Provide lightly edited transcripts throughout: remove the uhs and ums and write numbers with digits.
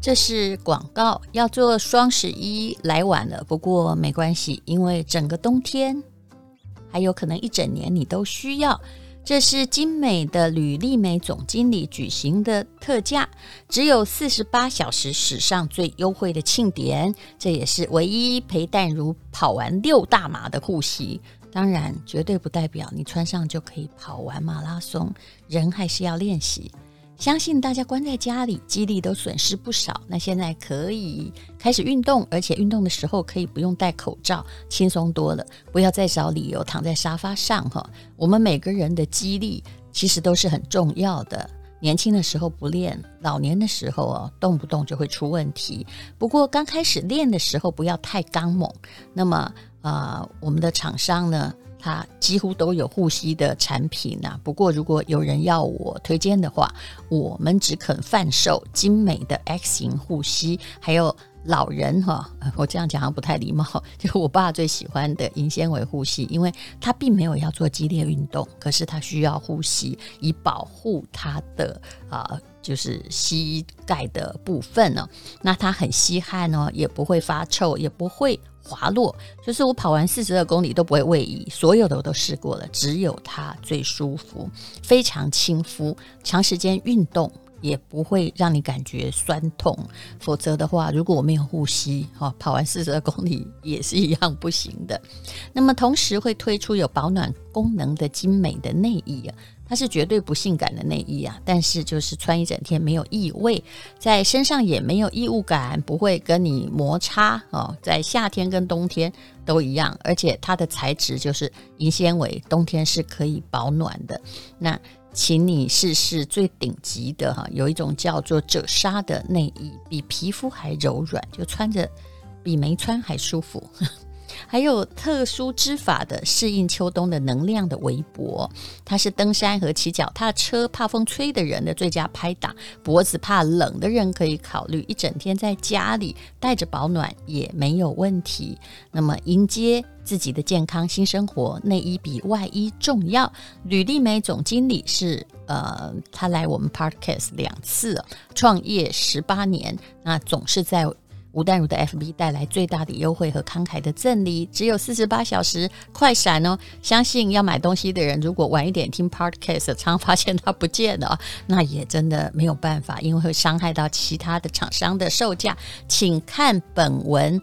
这是广告，要做双11来晚了，不过没关系，因为整个冬天还有可能一整年你都需要。这是精美的吕丽梅总经理举行的特价，只有48小时史上最优惠的庆典，这也是唯一陪淡如跑完6大马的护膝。当然绝对不代表你穿上就可以跑完马拉松，人还是要练习。相信大家关在家里肌力都损失不少，那现在可以开始运动，而且运动的时候可以不用戴口罩，轻松多了，不要再找理由躺在沙发上。我们每个人的肌力其实都是很重要的，年轻的时候不练，老年的时候动不动就会出问题。不过刚开始练的时候不要太刚猛。那么我们的厂商呢，它几乎都有护膝的产品不过如果有人要我推荐的话，我们只肯贩售精美的 X 型护膝，还有老人我这样讲好像不太礼貌，就我爸最喜欢的银纤维护膝，因为他并没有要做激烈运动，可是他需要护膝以保护他的就是膝盖的部分那它很吸汗也不会发臭，也不会滑落，就是我跑完42公里都不会位移，所有的我都试过了，只有它最舒服，非常亲肤，长时间运动也不会让你感觉酸痛，否则的话如果我没有护膝跑完42公里也是一样不行的。那么同时会推出有保暖功能的精美的内衣它是绝对不性感的内衣但是就是穿一整天没有异味，在身上也没有异物感，不会跟你摩擦在夏天跟冬天都一样，而且它的材质就是银纤维，冬天是可以保暖的。那请你试试最顶级的有一种叫做褶纱的内衣，比皮肤还柔软，就穿着比没穿还舒服。还有特殊织法的适应秋冬的能量的围脖，它是登山和骑脚踏车怕风吹的人的最佳拍档，脖子怕冷的人可以考虑一整天在家里带着保暖也没有问题。那么迎接自己的健康新生活，内衣比外衣重要。吕丽梅总经理是他来我们 Podcast 2次创业18年，那总是在吴淡如的 FB 带来最大的优惠和慷慨的赠礼，只有48小时快闪相信要买东西的人如果晚一点听 Podcast 常发现它不见了那也真的没有办法，因为会伤害到其他的厂商的售价。请看本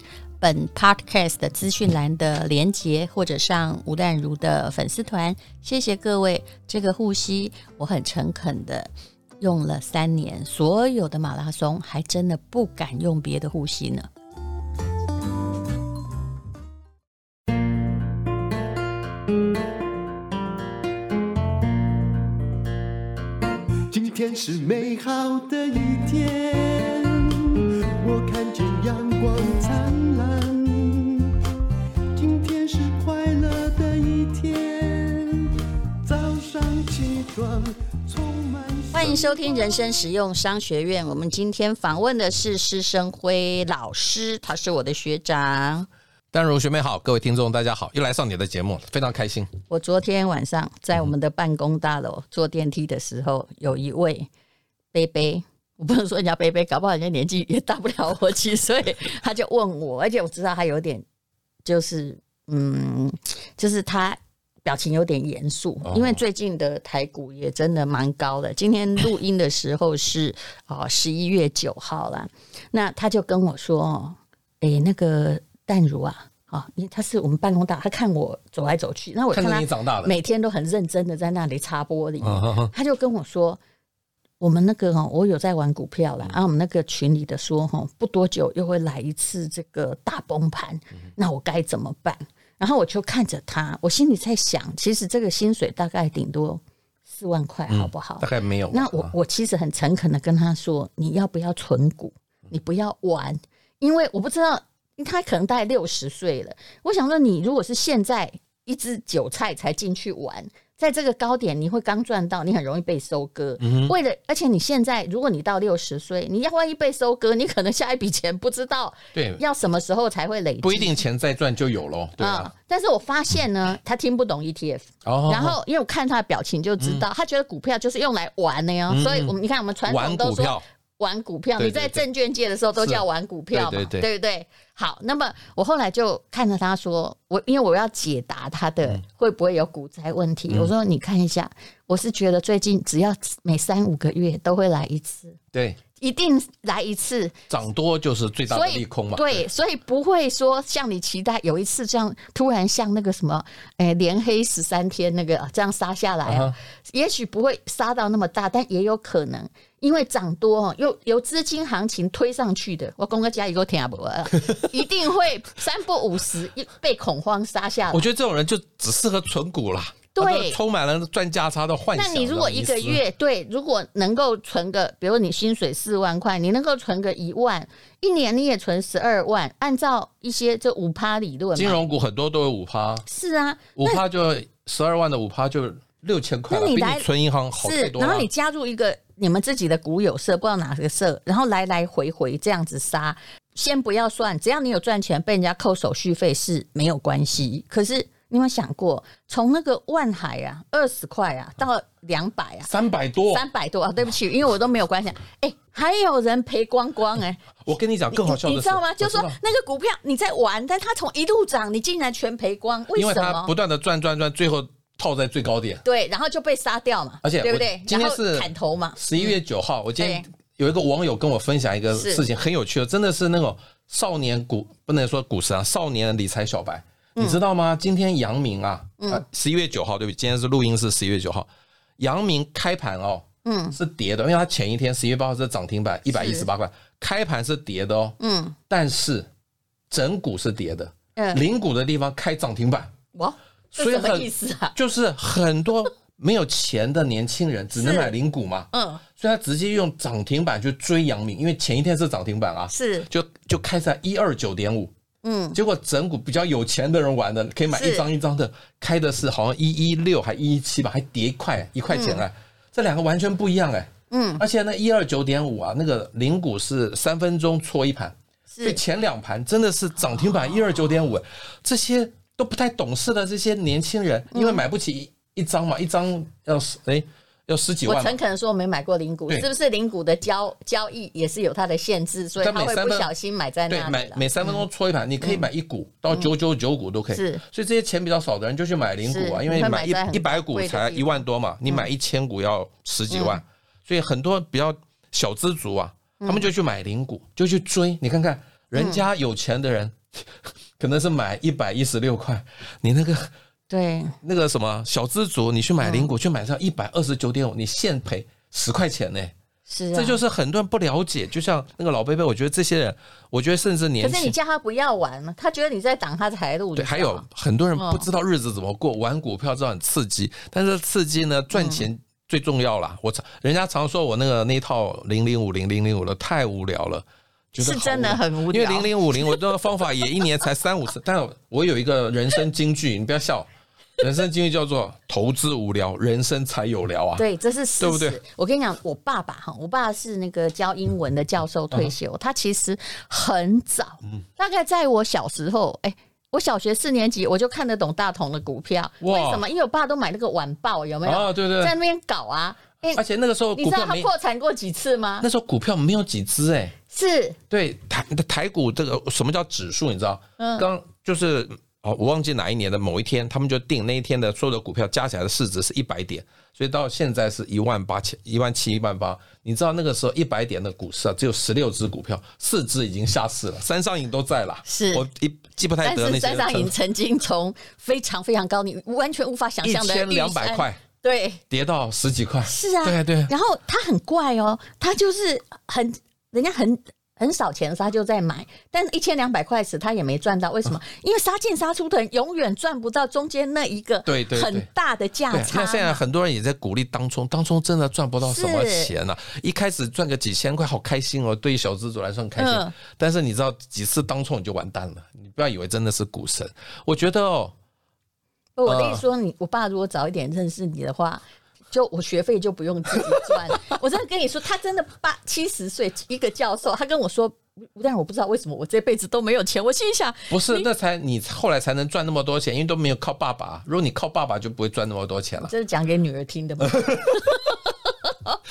Podcast 的资讯栏的连结，或者上吴淡如的粉丝团。谢谢各位，这个护膝我很诚恳的用了3年，所有的马拉松还真的不敢用别的护膝呢。 今天是美好的一天，我看见阳光灿烂。今天是快乐的一天，早上起床欢迎收听人生实用商学院，我们今天访问的是施生辉老师，他是我的学长。 淡如学妹好，各位听众大家好，又来上你的节目，非常开心。 我昨天晚上在我们的办公大楼坐电梯的时候，有一位贝贝，我不能说人家贝贝，搞不好人家年纪也大不了我几岁，他就问我，而且我知道他有点就是就是他表情有点严肃，因为最近的台股也真的蛮高的。今天录音的时候是11月9号啦，那他就跟我说那个淡如因为他是我们办公大，他看我走来走去，那我看他你长大的， 每天都很认真的在那里擦玻璃，他就跟我说，我们那个我有在玩股票啦，我们那个群里的说不多久又会来一次这个大崩盘，那我该怎么办？然后我就看着他，我心里在想，其实这个薪水大概顶多4万块，好不好？ 大概没有。 那我其实很诚恳的跟他说，你要不要存股？你不要玩，因为我不知道。他可能大概60岁了，我想说你如果是现在一只韭菜才进去玩，在这个高点你会刚赚到，你很容易被收割，为了而且你现在如果你到60岁，你要万一被收割，你可能下一笔钱不知道要什么时候才会累积， 不一定钱再赚就有咯，对但是我发现呢，他听不懂 ETF，然后因为我看他的表情就知道，他觉得股票就是用来玩的所以你看我们传统都说玩股票， 对你在证券界的时候都叫玩股票嘛，对不对？好，那么我后来就看着他说，因为我要解答他的会不会有股灾问题，我说你看一下，我是觉得最近只要每3-5个月都会来一次， 对， 一定来一次， 涨多就是最大的利空嘛。 对，所以不会说像你期待有一次这样突然像那个什么，连黑13天那个这样杀下来啊，也许不会杀到那么大，但也有可能。因为涨多又有资金行情推上去的，我公哥家一个听不一定会3不5时被恐慌杀下来。 我觉得这种人就只适合存股啦， 对， 充满了赚价差的幻想。 那你如果1个月，对，如果能够存个，比如你薪水4万块，你能够存个1万，1年你也存12万，按照一些这5%理论嘛， 金融股很多都有5%， 是啊 ，5%就12万的5%就6000块了，比你存银行好太多了。 然后你加入一个你们自己的股友社，不知道哪个社，然后来来回回这样子杀，先不要算，只要你有赚钱，被人家扣手续费是没有关系。可是你有没有想过，从那个万海啊20块啊到200啊 300多啊，对不起，因为我都没有关系。还有人赔光光我跟你讲更好笑的是， 你知道吗？就是说那个股票你在玩，但它从一路涨，你竟然全赔光，为什么？ 因为它不断的赚，最后套在最高点， 对，然后就被杀掉嘛， 而且对不对？ 今天是砍头嘛。 11月9号，我今天有一个网友跟我分享一个事情，很有趣的，真的是那种少年股，不能说股神啊，少年理财小白，你知道吗？今天阳明啊，11月9号，对不对？今天是录音是11月9号，阳明开盘是跌的，因为它前一天11月8号是涨停板118块，开盘是跌的但是整股是跌的，零股的地方开涨停板， 哇，所以什么意思啊？ 就是很多没有钱的年轻人只能买零股嘛，所以他直接用涨停板去追阳明，因为前一天是涨停板啊， 是就开在129.5，结果整股比较有钱的人玩的，可以买一张一张的，开的是好像116还117吧，还跌1块钱这两个完全不一样而且那129.5啊，那个零股是3分钟搓一盘，所以前2盘真的是涨停板129.5，这些都不太懂事的这些年轻人，因为买不起一张嘛，一张要10几万嘛。 我诚恳说我没买过零股，是不是零股的交易也是有它的限制，所以他会不小心买在那里了。 对，每3分钟搓一盘，你可以买1股到999股都可以。是，所以这些钱比较少的人就去买零股啊，因为买100股才1万多嘛，你买1000股要10几万，所以很多比较小资族啊，他们就去买零股，就去追。你看看人家有钱的人，可能是买116块，你那个什么小资族，你去买零股，去买上129.5，你现赔10块钱呢。 是啊， 这就是很多人不了解。就像那个老贝贝，我觉得这些人，我觉得甚至年轻， 可是你叫他不要玩了，他觉得你在挡他财路。 对，还有很多人不知道日子怎么过，玩股票知道很刺激，但是刺激呢，赚钱最重要啦。人家常说我那一套0050的太无聊了。 是真的很无聊， 因为0050我这个方法也1年才3-5次，但我有一个人生金句，你不要笑，人生金句叫做投资无聊，人生才有聊啊。 对，这是事实， 对不对？ 我跟你讲，我爸是那个教英文的教授退休，他其实很早，大概在我小时候，我小学4年级我就看得懂大同的股票，为什么？因为我爸都买那个晚报，有没有？ 对， 在那边搞啊。 而且那个时候股票你知道他破产过几次吗？ 那时候股票没有几只是对台股这个什么叫指数？你知道？刚就是我忘记哪一年的某一天，他们就定那一天的所有的股票加起来的市值是100点，所以到现在是18000、17000、18000。你知道那个时候100点的股市只有16只股票，4只已经下市了，三商银都在了。 是我记不太得那些。 但是三商银曾经从非常非常高，你完全无法想象的 1200块。 对， 跌到10几块， 是啊， 对。 然后他很怪他就是人家很少钱的时候他就在买，但是1200块时他也没赚到，为什么？因为杀进杀出的人永远赚不到中间那一个很大的价差。 那现在很多人也在鼓励当冲真的赚不到什么钱啊！一开始赚个几千块，好开心对于小资主来说很开心。但是你知道几次当冲你就完蛋了，你不要以为真的是股神。我觉得我的意思说，我爸如果早一点认识你的话，就我学费就不用自己赚。我真的跟你说，他真的70岁一个教授，他跟我说，但我不知道为什么我这辈子都没有钱。我心想， 不是，你后来才能赚那么多钱，因为都没有靠爸爸。如果你靠爸爸，就不会赚那么多钱了。 这是讲给女儿听的吗？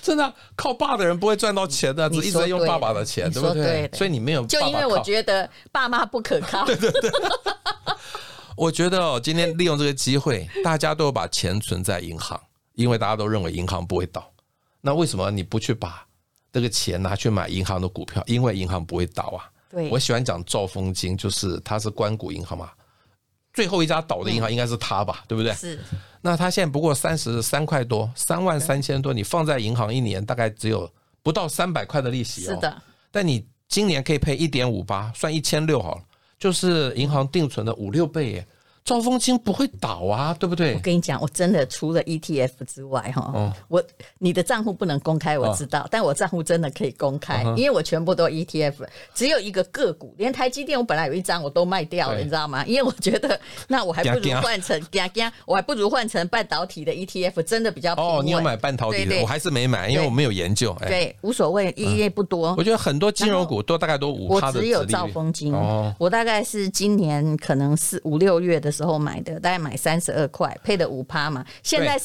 真的靠爸的人不会赚到钱的，只一直在用爸爸的钱，对不对？所以你没有爸爸靠， 就因为我觉得爸妈不可靠。 对。我觉得今天利用这个机会，大家都把钱存在银行，因为大家都认为银行不会倒。那为什么你不去把这个钱拿去买银行的股票？因为银行不会倒啊。 对， 我喜欢讲兆丰金，就是它是官股银行嘛，最后一家倒的银行应该是它吧，对不对？ 是。那它现在不过33块多，33000多，你放在银行一年大概只有不到300块的利息哦。 是的。 但你今年可以配1.58%，算1600好了。就是银行定存的5-6倍耶，兆丰金不会倒啊，对不对？ 我跟你讲，我真的除了 ETF 之外你的账户不能公开我知道，但我账户真的可以公开，因为我全部都 ETF， 只有一个个股，连台积电我本来有一张我都卖掉了，你知道吗？因为我觉得那我还不如换成我还不如换成半导体的 ETF， 真的比较平稳。 你有买半导体的？我还是没买，因为我没有研究。 对，无所谓，因为不多。 我觉得很多金融股都大概都5%的殖利率。 我只有兆丰金，我大概是今年可能是5-6月的时候买的，大概买32块，配的5%嘛。现在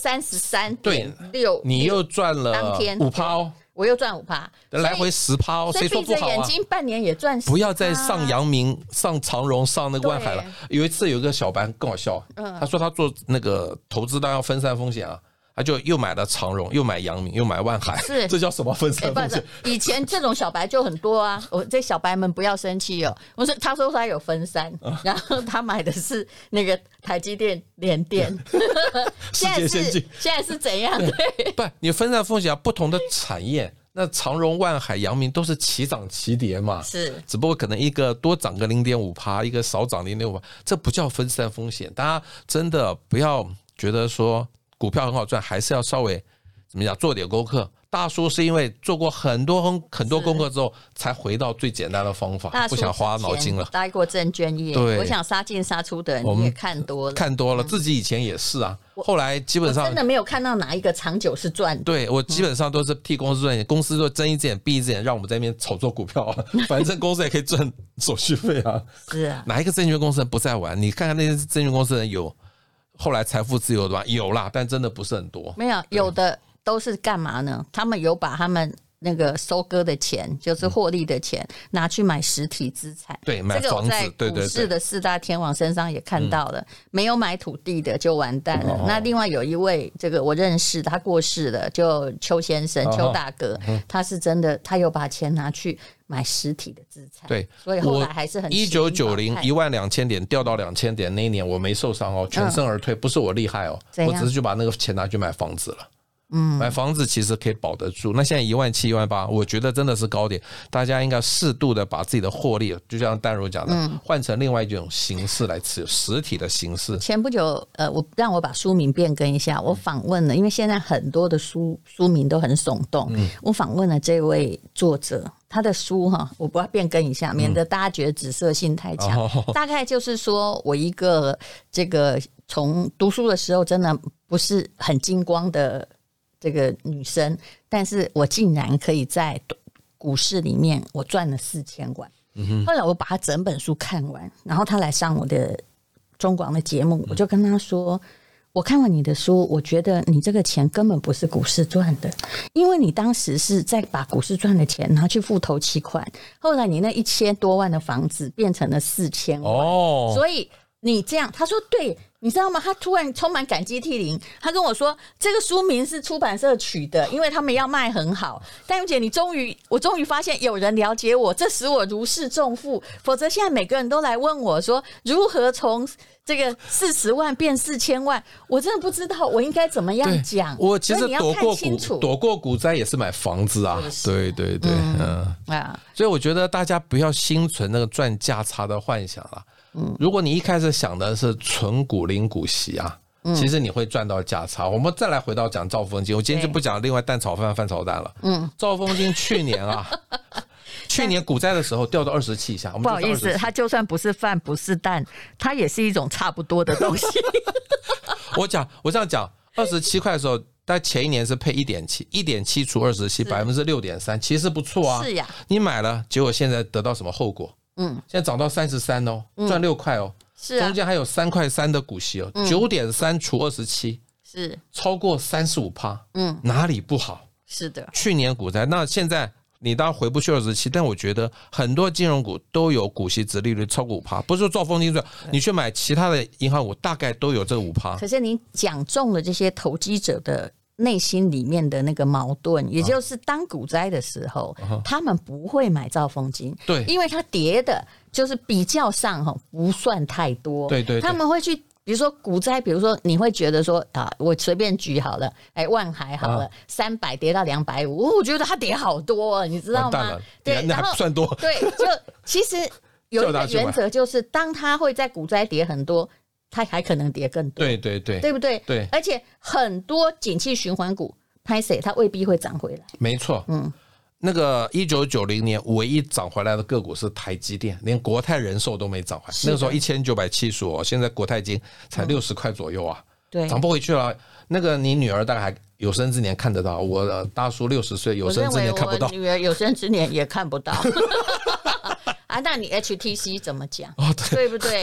33.6， 你又赚了当天 5%哦。 我又赚5%， 来回10%，谁说不好啊？ 闭着眼睛半年也赚10%。 不要再上阳明、上长荣、上那个万海了。有一次有一个小白更好笑，他说他做那个投资当然要分散风险啊。他就又买了长荣，又买阳明，又买万海，这叫什么分散风险？ 以前这种小白就很多啊，这小白们不要生气哦。他说他有分散，然后他买的是那个台积电、联电， 世界先进。 现在是怎样？对， 不，你分散风险不同的产业，那长荣、万海、阳明都是齐涨齐跌嘛， 是， 只不过可能一个多涨个0.5%，一个少涨0.5%，这不叫分散风险。大家真的不要觉得说股票很好赚，还是要稍微怎么讲做点功课。大叔是因为做过很多功课之后，才回到最简单的方法，不想花脑筋了。 待过证券业，我想杀进杀出的人你也看多了， 自己以前也是啊。后来基本上真的没有看到哪一个长久是赚的。 对，我基本上都是替公司赚钱，公司就睁一只眼闭一只眼，让我们在那边炒作股票，反正公司也可以赚手续费啊。 是啊， 哪一个证券公司人不在玩？你看看那些证券公司人有后来财富自由的吧？有啦，但真的不是很多。 没有，有的都是干嘛呢？他们有把他们那个收割的钱，就是获利的钱，拿去买实体资产。 对，买房子。 这个我在股市的4大天王身上也看到了，没有买土地的就完蛋了。那另外有一位这个我认识的，他过世了，就邱先生、邱大哥，他是真的，他有把钱拿去买实体的资产。 对， 所以后来还是很 1990 12000点掉到2000点那一年，我没受伤哦，全身而退，不是我厉害哦，我只是就把那个钱拿去买房子了。买房子其实可以保得住。那现在17000、18000，我觉得真的是高点，大家应该适度的把自己的获利，就像淡如讲的，换成另外一种形式来持有，实体的形式。 前不久，让我把书名变更一下，我访问了，因为现在很多的书名都很耸动，我访问了这位作者。他的书我不要变更一下，免得大家觉得指涉性太强。大概就是说我一个这个从读书的时候真的不是很精光的这个女生，但是我竟然可以在股市里面我赚了4000万。后来我把他整本书看完，然后他来上我的中广的节目，我就跟他说，我看完你的书，我觉得你这个钱根本不是股市赚的，因为你当时是在把股市赚的钱拿去付头期款，后来你那1000多万的房子变成了4000万，所以你这样，他说对，你知道吗？他突然充满感激涕零，他跟我说这个书名是出版社取的，因为他们要卖很好。戴茹姐，我终于发现有人了解我，这使我如释重负。否则现在每个人都来问我说如何从这个40万变4000万，我真的不知道我应该怎么样讲。 我其实躲过股灾也是买房子啊，对对对，所以我觉得大家不要心存那个赚价差的幻想啦。如果你一开始想的是纯股零股息啊，其实你会赚到价差。我们再来回到讲兆丰金，我今天就不讲另外蛋炒饭、饭炒蛋了。兆丰金去年股灾的时候掉到27以下， 不好意思，它就算不是饭不是蛋，它也是一种差不多的东西。 我这样讲，27块的时候，大概前一年是配1.7除27 6.3%，其实不错啊。 是呀， 你买了，结果现在得到什么后果？现在涨到33哦，赚6块哦，是啊，中间还有3.3块的股息哦，9.3除27是超过35%，哪里不好？ 是的， 去年股灾，那现在你当然回不去27%，但我觉得很多金融股都有股息殖利率超过 5%， 不是说兆丰金最好，你去买其他的银行股大概都有这个 5%。 可是你讲中了这些投机者的内心里面的那个矛盾，也就是当股灾的时候，他们不会买兆丰金， 对， 因为它跌的就是比较上不算太多， 对对对， 他们会去比如说股灾，比如说你会觉得说我随便举好了，万海好了，300跌到250，我觉得它跌好多，你知道吗？ 对，那还不算多。 对，就其实有一个原则就是，当它会在股灾跌很多，它还可能跌更多。 对对对， 对不对？ 对， 而且很多景气循环股，拍谁它未必会涨回来。 没错，那个1990年唯一涨回来的个股是台积电，连国泰人寿都没涨回来。那个时候1975，现在国泰金才60块左右啊， 对， 涨不回去了。那个你女儿大概还有生之年看得到，我大叔60岁有生之年看不到。 我女儿有生之年也看不到。那你 HTC 怎么讲？对不对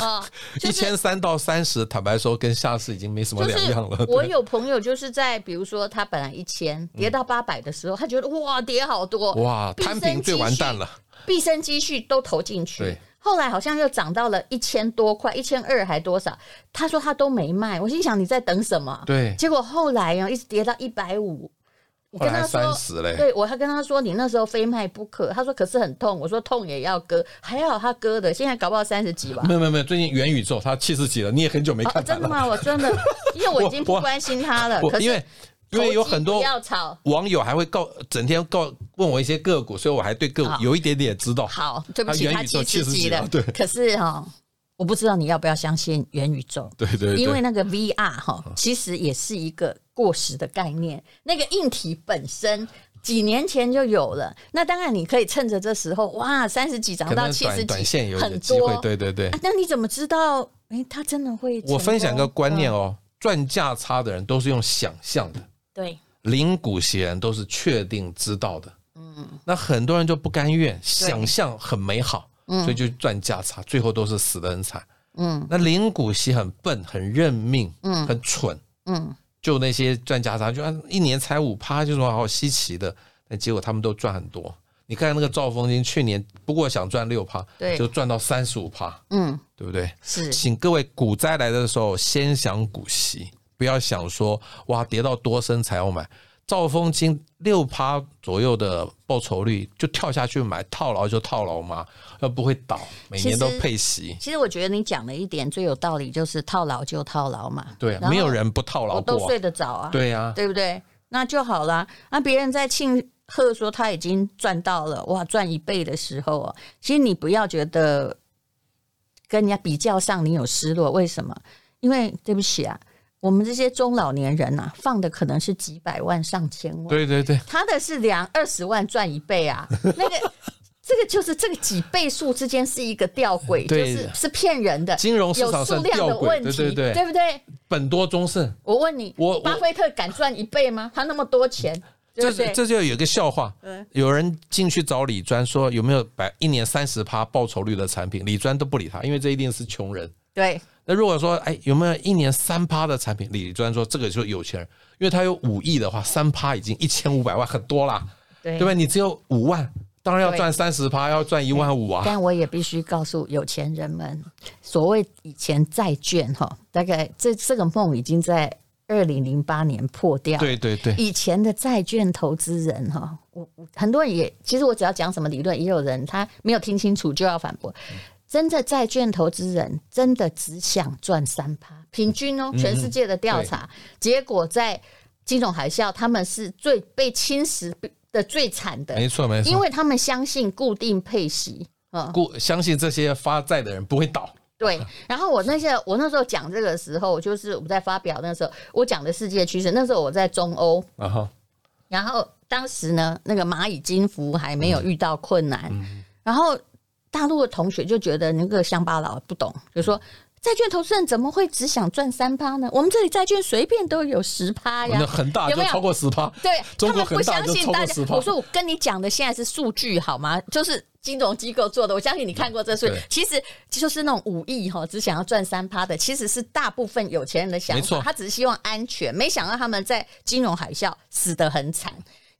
？1300到30，坦白说跟下市已经没什么两样了。 我有朋友就是在比如说他本来1000跌到800的时候，他觉得哇跌好多， 哇摊平最完蛋了， 毕生积蓄都投进去。对，后来好像又涨到了1000多块，1200还多少？他说他都没卖，我心想你在等什么？ 对， 结果后来一直跌到150。我跟他说 30嘞， 对，我还跟他说你那时候非卖不可，他说可是很痛，我说痛也要割，还好他割的，现在搞不好30几吧。 没有，最近元宇宙他70几了，你也很久没看他了。 真的吗？我真的，因为我已经不关心他了。可是因为有很多网友还会整天问我一些个股，所以我还对个股有一点点知道。 好，对不起，他70几了。 对， 可是我不知道你要不要相信元宇宙。 对， 因为那个 VR 其实也是一个过时的概念，那个硬体本身几年前就有了。那当然你可以趁着这时候，哇，30几涨到70几， 短线有一个机会。对。 那你怎么知道它真的会成功？ 我分享一个观念赚价差的人都是用想象的， 对， 零股息人都是确定知道的。那很多人就不甘愿，想象很美好，所以就赚价差，最后都是死得很惨。那零股息很笨，很认命，很蠢。就那些赚价差，就一年才5%，就说好稀奇的，但结果他们都赚很多。你看那个兆丰金去年不过想赚6%，就赚到35%，对不对？ 是， 请各位股灾来的时候先想股息，不要想说哇跌到多深才要买。兆丰金6%左右的报酬率就跳下去买，套牢就套牢嘛，要不会倒，每年都配息。 其实我觉得你讲的一点最有道理，就是套牢就套牢嘛。 对，没有人不套牢过， 我都睡得着啊。 对啊， 对不对？那就好啦。那别人在庆贺说他已经赚到了，哇，赚1倍的时候其实你不要觉得跟人家比较上你有失落，为什么？因为对不起啊。我们这些中老年人放的可能是几百万上千万， 对， 他的是20万赚1倍啊，那个这个就是这个几倍数之间是一个吊诡，就是骗人的， 金融市场上吊诡，对不对？本多终胜。 我问你，巴菲特敢赚1倍吗？他那么多钱，对不对？ 这就有一个笑话，有人进去找理专说有没有1年30%报酬率的产品，理专都不理他，因为这一定是穷人。 对。 那如果说有没有1年3%的产品，理专说这个就是有钱人，因为他有5亿的话，3%已经1500万，很多啦，对不对？你只有5万，当然要赚30%，要赚15000啊。 但我也必须告诉有钱人们，所谓以前债券大概这个梦已经在2008年破掉。 对， 以前的债券投资人我很多人也，其实我只要讲什么理论，也有人他没有听清楚就要反驳。真的债券投资人真的只想赚3%，平均全世界的调查，结果在金融海啸，他们是最被侵蚀的最惨的， 没错， 因为他们相信固定配息， 相信这些发债的人不会倒。 对，然后我那时候讲这个时候，就是我在发表那时候，我讲的世界趋势，那时候我在中欧，然后当时呢，那个蚂蚁金服还没有遇到困难，然后。大陆的同学就觉得那个乡巴佬不懂，就说债券投资人怎么会只想赚3%呢？我们这里债券随便都有10%呀， 那恒大就超过10%， 对， 中国恒大就超过10%。 我说我跟你讲的现在是数据好吗？就是金融机构做的，我相信你看过这数据。其实就是那种5亿只想要赚3%的，其实是大部分有钱人的想法。他只是希望安全，没想到他们在金融海啸死得很惨。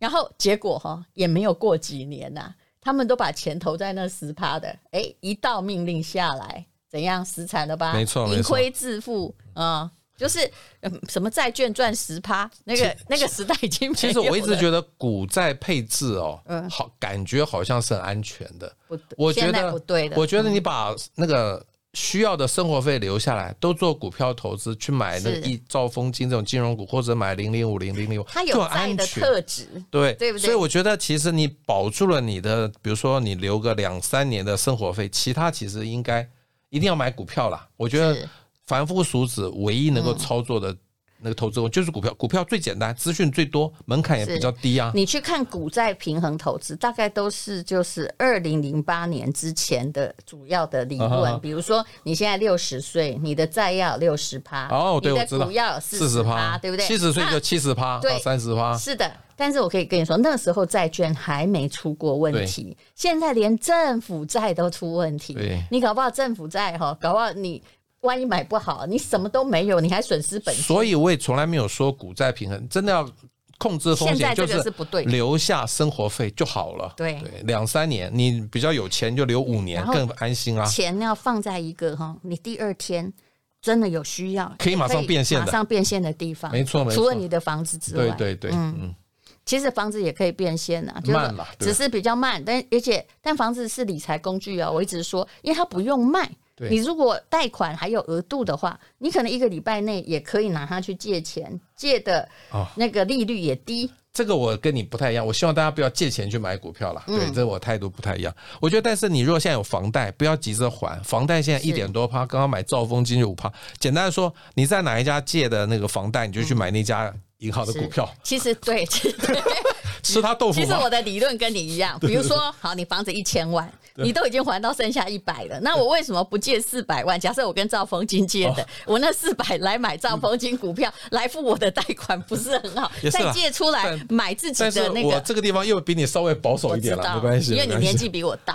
然后结果也没有过几年啊，他们都把钱投在那 10% 的，一道命令下来，怎样死惨了吧？ 没错， 盈亏自负啊。就是什么债券赚10%，那个时代已经没有了。 其实我一直觉得股债配置好，感觉好像是很安全的。我觉得不对的。 我觉得你把那个需要的生活费留下来，都做股票投资，去买那个兆丰金这种金融股，或者买0050、005， 它有债的特质， 对不对？ 所以我觉得其实你保住了你的，比如说你留个2-3年的生活费，其他其实应该一定要买股票啦。我觉得凡夫俗子唯一能够操作的那个投资就是股票，股票最简单，资讯最多，门槛也比较低啊。 你去看股债平衡投资，大概都是就是2008年之前的主要的理论。比如说你现在60岁，你的债要有 60%， 对， 你的股要有 40%， 对不对 ？70岁就 70% 到 30%。 是的，但是我可以跟你说，那时候债券还没出过问题，现在连政府债都出问题。你搞不好政府债搞不好你万一买不好，你什么都没有，你还损失本金。 所以我也从来没有说股债平衡，真的要控制风险，就是留下生活费就好了。 对 ，2-3年，你比较有钱就留5年，更安心啊。 钱要放在一个你第二天真的有需要， 可以马上变现的地方。 没错， 除了你的房子之外， 对， 其实房子也可以变现啊， 慢了， 只是比较慢，但房子是理财工具啊。我一直说，因为它不用卖。你如果贷款还有额度的话，你可能1个礼拜内也可以拿它去借钱，借的那个利率也低。 这个我跟你不太一样，我希望大家不要借钱去买股票啦。对，这我态度不太一样。我觉得，但是你如果现在有房贷，不要急着还，房贷现在1点多%，刚刚买兆丰金就5%。简单的说，你在哪一家借的那个房贷，你就去买那家银行的股票。 其实对。 吃他豆腐吗？ 其实我的理论跟你一样，比如说，好，你房子1000万，你都已经还到剩下100了，那我为什么不借400万？假设我跟兆丰金借的，我那400来买兆丰金股票，来付我的贷款，不是很好？再借出来买自己的那个。 我这个地方又比你稍微保守一点了，没关系， 因为你年纪比我大。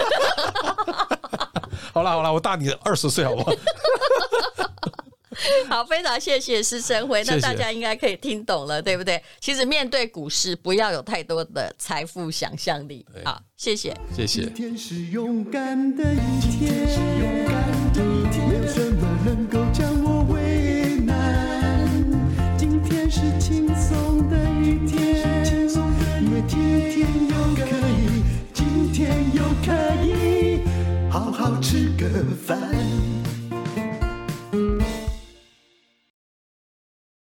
好了，我大你20岁，好不好？ 好，非常谢谢施昇輝，那大家应该可以听懂了，对不对？其实面对股市，不要有太多的财富想象力。好，谢谢。 今天是勇敢的一天，没有什么能够将我为难。今天是轻松的一天，因为今天又可以好好吃个饭。